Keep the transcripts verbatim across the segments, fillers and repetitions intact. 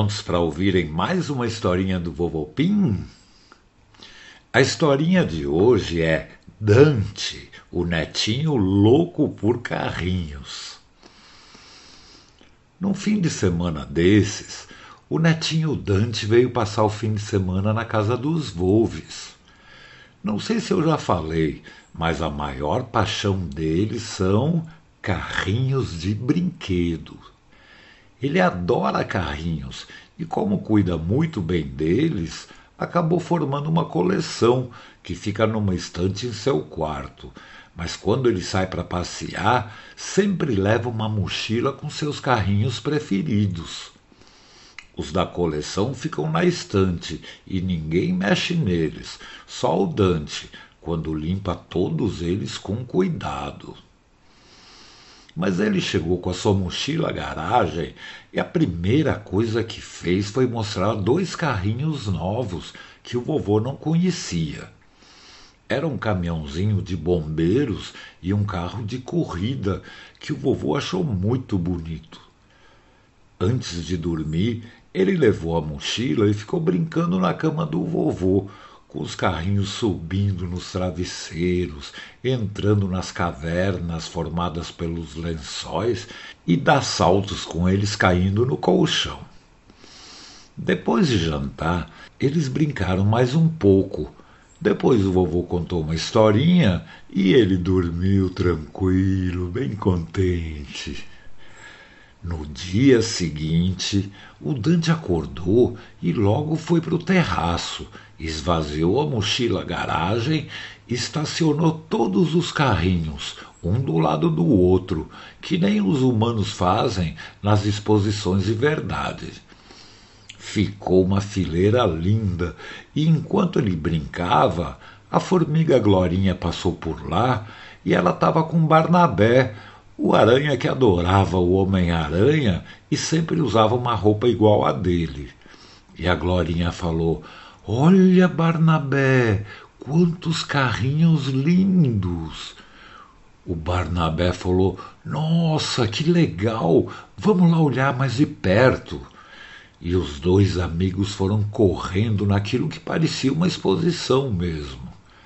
prontos para ouvirem mais uma historinha do Vovô Pim? A historinha de hoje é Dante, o netinho louco por carrinhos. Num fim de semana desses, o netinho Dante veio passar o fim de semana na casa dos Volves. Não sei se eu já falei, mas a maior paixão deles são carrinhos de brinquedo. Ele adora carrinhos e, como cuida muito bem deles, acabou formando uma coleção que fica numa estante em seu quarto. Mas quando ele sai para passear, sempre leva uma mochila com seus carrinhos preferidos. Os da coleção ficam na estante e ninguém mexe neles, só o Dante, quando limpa todos eles com cuidado. Mas ele chegou com a sua mochila à garagem e a primeira coisa que fez foi mostrar dois carrinhos novos que o vovô não conhecia. Era um caminhãozinho de bombeiros e um carro de corrida que o vovô achou muito bonito. Antes de dormir, ele levou a mochila e ficou brincando na cama do vovô, com os carrinhos subindo nos travesseiros, entrando nas cavernas formadas pelos lençóis e dá saltos com eles caindo no colchão. Depois de jantar, eles brincaram mais um pouco. Depois o vovô contou uma historinha e ele dormiu tranquilo, bem contente. No dia seguinte, o Dante acordou e logo foi para o terraço, esvaziou a mochila à garagem e estacionou todos os carrinhos, um do lado do outro, que nem os humanos fazem nas exposições de verdade. Ficou uma fileira linda e, enquanto ele brincava, a formiga Glorinha passou por lá e ela estava com Barnabé, o aranha que adorava o Homem-Aranha e sempre usava uma roupa igual a dele. E a Glorinha falou: "Olha, Barnabé, quantos carrinhos lindos!" O Barnabé falou: "Nossa, que legal! Vamos lá olhar mais de perto." E os dois amigos foram correndo naquilo que parecia uma exposição mesmo.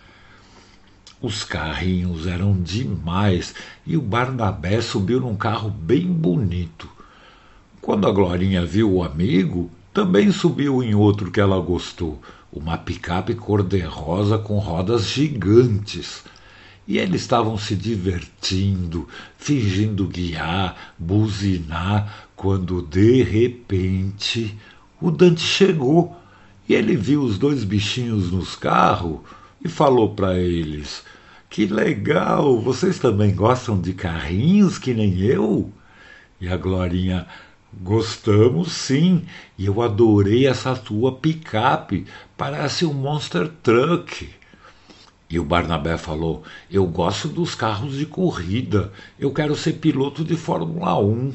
Os carrinhos eram demais e o Barnabé subiu num carro bem bonito. Quando a Glorinha viu o amigo, também subiu em outro que ela gostou, uma picape cor-de-rosa com rodas gigantes. E eles estavam se divertindo, fingindo guiar, buzinar, quando de repente o Dante chegou e ele viu os dois bichinhos nos carros e falou para eles: "Que legal, vocês também gostam de carrinhos que nem eu?" E a Glorinha: "Gostamos sim, e eu adorei essa tua picape, parece um Monster Truck." E o Barnabé falou: "Eu gosto dos carros de corrida, eu quero ser piloto de Fórmula um."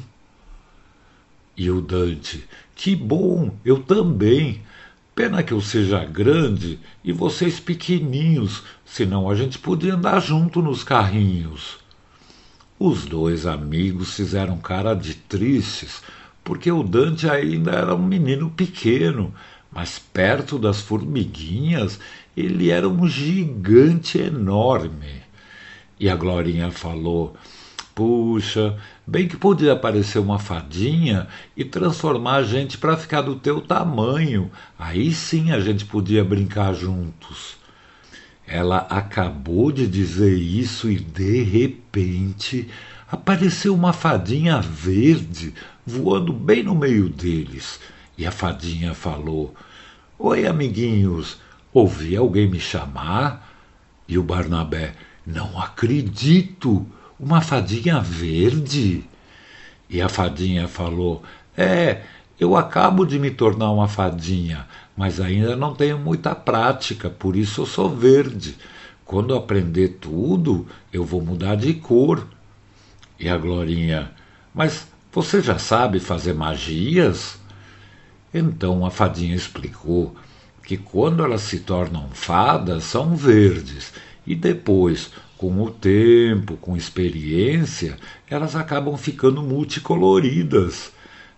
E o Dante: "Que bom, eu também. Pena que eu seja grande e vocês pequeninhos, senão a gente podia andar junto nos carrinhos." Os dois amigos fizeram cara de tristes, porque o Dante ainda era um menino pequeno, mas perto das formiguinhas ele era um gigante enorme. E a Glorinha falou: "Puxa, bem que podia aparecer uma fadinha e transformar a gente para ficar do teu tamanho. Aí sim a gente podia brincar juntos." Ela acabou de dizer isso e, de repente, apareceu uma fadinha verde voando bem no meio deles. E a fadinha falou: "Oi, amiguinhos, ouvi alguém me chamar?" E o Barnabé: "Não acredito! Uma fadinha verde?" E a fadinha falou: "É, eu acabo de me tornar uma fadinha, mas ainda não tenho muita prática, por isso eu sou verde. Quando aprender tudo, eu vou mudar de cor." E a Glorinha: "Mas você já sabe fazer magias?" Então a fadinha explicou que quando elas se tornam fadas são verdes e depois, com o tempo, com experiência, elas acabam ficando multicoloridas.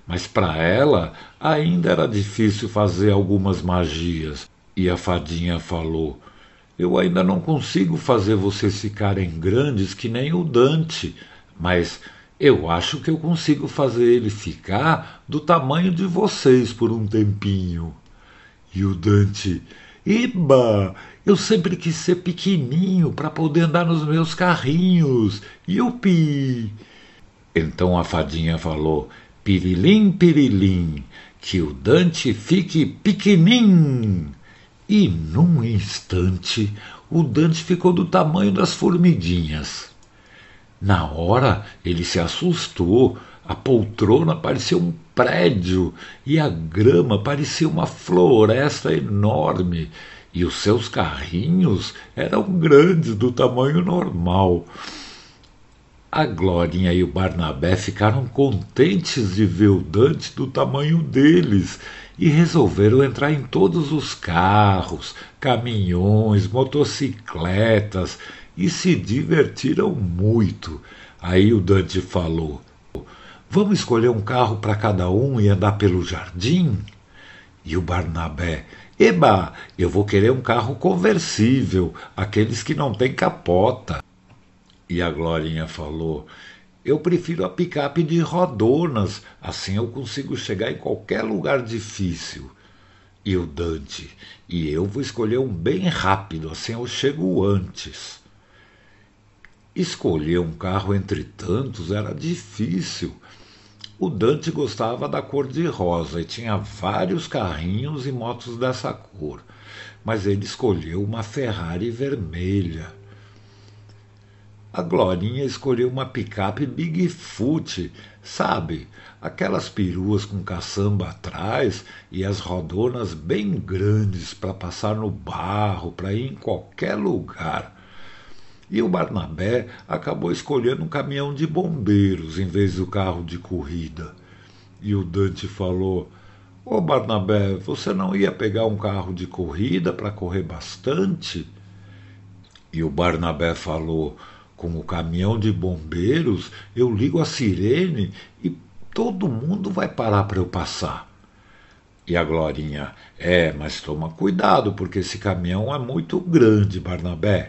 Mas para ela ainda era difícil fazer algumas magias. E a fadinha falou: eu ainda não consigo fazer vocês ficarem grandes que nem o Dante, mas eu acho que eu consigo fazer ele ficar do tamanho de vocês por um tempinho. E o Dante: Iba! Eu sempre quis ser pequenininho para poder andar nos meus carrinhos. Yupi! Então a fadinha falou: pirilim, pirilim, que o Dante fique pequenim. E num instante o Dante ficou do tamanho das formiguinhas. Na hora ele se assustou, a poltrona parecia um prédio e a grama parecia uma floresta enorme. E os seus carrinhos eram grandes, do tamanho normal. A Glorinha e o Barnabé ficaram contentes de ver o Dante do tamanho deles e resolveram entrar em todos os carros, caminhões, motocicletas e se divertiram muito. Aí o Dante falou: vamos escolher um carro para cada um e andar pelo jardim? E o Barnabé: eba, eu vou querer um carro conversível, aqueles que não têm capota. E a Glorinha falou: eu prefiro a picape de rodonas, assim eu consigo chegar em qualquer lugar difícil. E o Dante: e eu vou escolher um bem rápido, assim eu chego antes. Escolher um carro entre tantos era difícil. O Dante gostava da cor de rosa e tinha vários carrinhos e motos dessa cor, mas ele escolheu uma Ferrari vermelha. A Glorinha escolheu uma picape Bigfoot, sabe? Aquelas peruas com caçamba atrás e as rodonas bem grandes para passar no barro, para ir em qualquer lugar. E o Barnabé acabou escolhendo um caminhão de bombeiros em vez do carro de corrida. E o Dante falou: ô Barnabé, você não ia pegar um carro de corrida para correr bastante? E o Barnabé falou: com o caminhão de bombeiros eu ligo a sirene e todo mundo vai parar para eu passar. E a Glorinha: é, mas toma cuidado, porque esse caminhão é muito grande, Barnabé.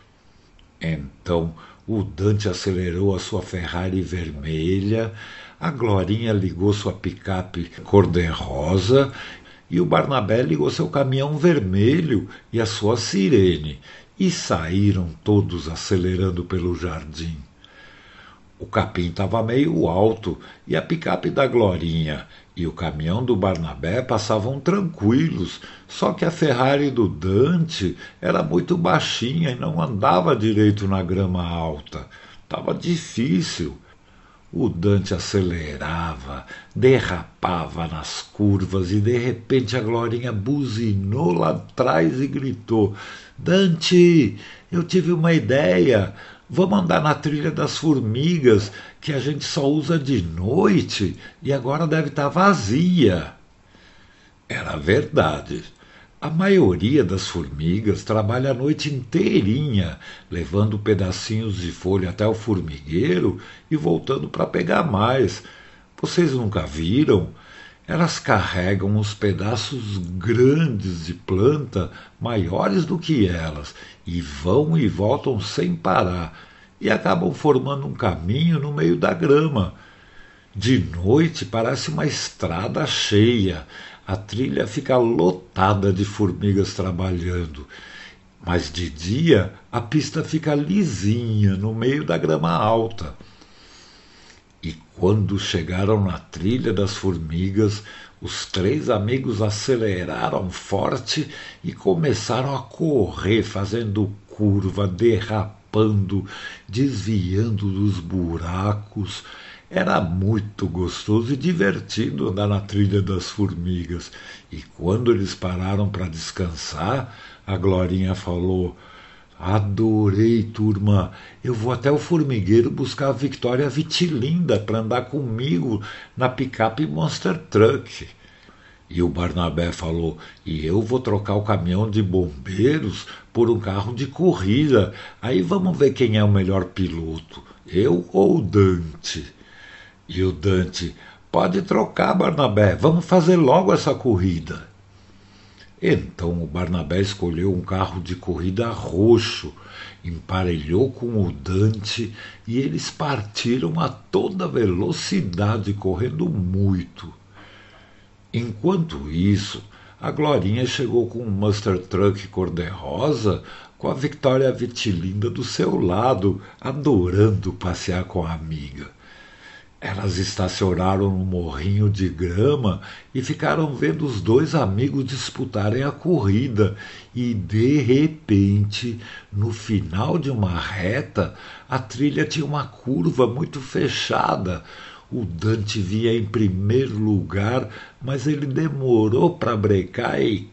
Então o Dante acelerou a sua Ferrari vermelha, a Glorinha ligou sua picape cor-de-rosa e o Barnabé ligou seu caminhão vermelho e a sua sirene, e saíram todos acelerando pelo jardim. O capim estava meio alto e a picape da Glorinha e o caminhão do Barnabé passavam tranquilos, só que a Ferrari do Dante era muito baixinha e não andava direito na grama alta. Estava difícil. O Dante acelerava, derrapava nas curvas e de repente a Glorinha buzinou lá atrás e gritou: Dante, eu tive uma ideia. Vamos andar na trilha das formigas, que a gente só usa de noite e agora deve estar vazia. Era verdade. A maioria das formigas trabalha a noite inteirinha, levando pedacinhos de folha até o formigueiro e voltando para pegar mais. Vocês nunca viram? Elas carregam uns pedaços grandes de planta, maiores do que elas, e vão e voltam sem parar, e acabam formando um caminho no meio da grama. De noite parece uma estrada cheia, a trilha fica lotada de formigas trabalhando, mas de dia a pista fica lisinha no meio da grama alta. E quando chegaram na trilha das formigas, os três amigos aceleraram forte e começaram a correr, fazendo curva, derrapando, desviando dos buracos. Era muito gostoso e divertido andar na trilha das formigas. E quando eles pararam para descansar, a Glorinha falou: adorei, turma. Eu vou até o formigueiro buscar a Victoria Vitilinda para andar comigo na picape Monster Truck. E o Barnabé falou: e eu vou trocar o caminhão de bombeiros por um carro de corrida. Aí vamos ver quem é o melhor piloto, eu ou o Dante. E o Dante: Pode trocar, Barnabé, vamos fazer logo essa corrida. Então o Barnabé escolheu um carro de corrida roxo, emparelhou com o Dante e eles partiram a toda velocidade, correndo muito. Enquanto isso, a Glorinha chegou com um Monster Truck cor-de-rosa, com a Victoria Vitilinda do seu lado, adorando passear com a amiga. Elas estacionaram no morrinho de grama e ficaram vendo os dois amigos disputarem a corrida. E, de repente, no final de uma reta, a trilha tinha uma curva muito fechada. O Dante vinha em primeiro lugar, mas ele demorou para brecar e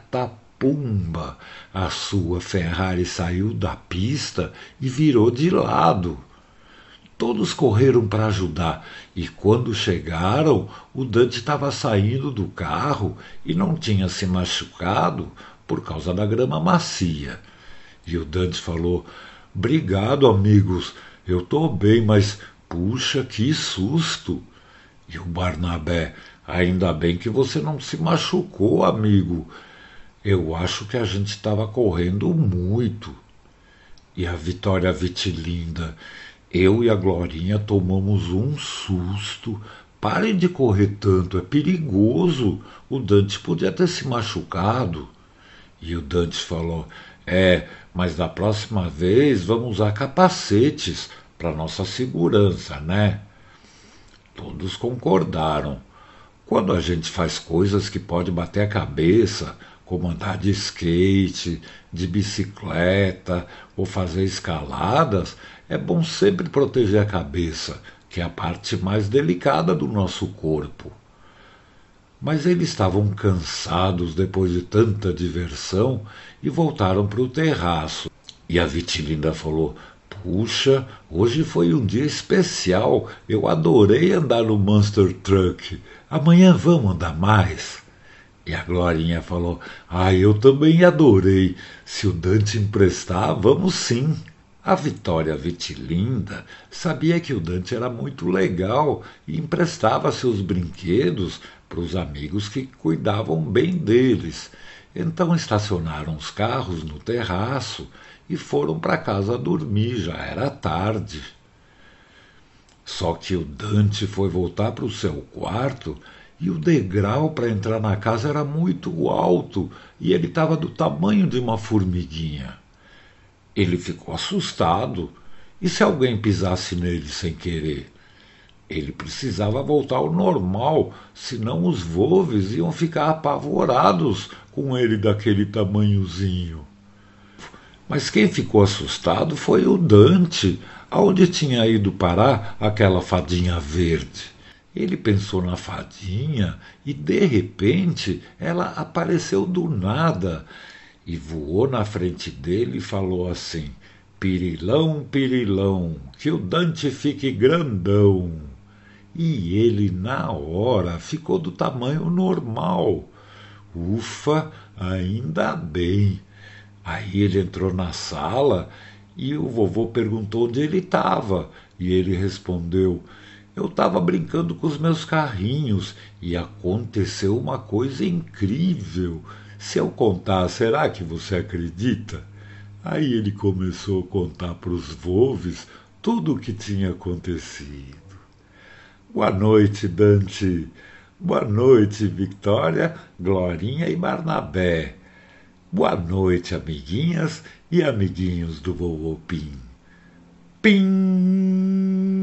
catapumba! A sua Ferrari saiu da pista e virou de lado. Todos correram para ajudar e, quando chegaram, o Dante estava saindo do carro e não tinha se machucado por causa da grama macia. E o Dante falou: "Obrigado, amigos, eu estou bem, mas puxa, que susto!" E o Barnabé: "Ainda bem que você não se machucou, amigo. Eu acho que a gente estava correndo muito." E a Vitória Vitilinda: "Eu e a Glorinha tomamos um susto. Parem de correr tanto, é perigoso. O Dante podia ter se machucado." E o Dante falou: "É, mas da próxima vez vamos usar capacetes para nossa segurança, né?" Todos concordaram. Quando a gente faz coisas que pode bater a cabeça, como andar de skate, de bicicleta ou fazer escaladas, é bom sempre proteger a cabeça, que é a parte mais delicada do nosso corpo. Mas eles estavam cansados depois de tanta diversão e voltaram para o terraço. E a Vitilinda falou: "Puxa, hoje foi um dia especial. Eu adorei andar no Monster Truck. Amanhã vamos andar mais?" E a Glorinha falou: "Ah, eu também adorei. Se o Dante emprestar, vamos sim." A Vitória Vitilinda sabia que o Dante era muito legal e emprestava seus brinquedos para os amigos que cuidavam bem deles. Então estacionaram os carros no terraço e foram para casa dormir, já era tarde. Só que o Dante foi voltar para o seu quarto e o degrau para entrar na casa era muito alto e ele estava do tamanho de uma formiguinha. Ele ficou assustado. E se alguém pisasse nele sem querer? Ele precisava voltar ao normal, senão os Wolves iam ficar apavorados com ele daquele tamanhozinho. Mas quem ficou assustado foi o Dante. Aonde tinha ido parar aquela fadinha verde? Ele pensou na fadinha e, de repente, ela apareceu do nada e voou na frente dele e falou assim: "Pirilão, pirilão, que o Dante fique grandão." E ele, na hora, ficou do tamanho normal. Ufa, ainda bem. Aí ele entrou na sala e o vovô perguntou onde ele estava. E ele respondeu: "Eu estava brincando com os meus carrinhos e aconteceu uma coisa incrível. Se eu contar, será que você acredita?" Aí ele começou a contar para os Wolves tudo o que tinha acontecido. Boa noite, Dante. Boa noite, Victoria, Glorinha e Barnabé. Boa noite, amiguinhas e amiguinhos do Vovô Pim. Pim!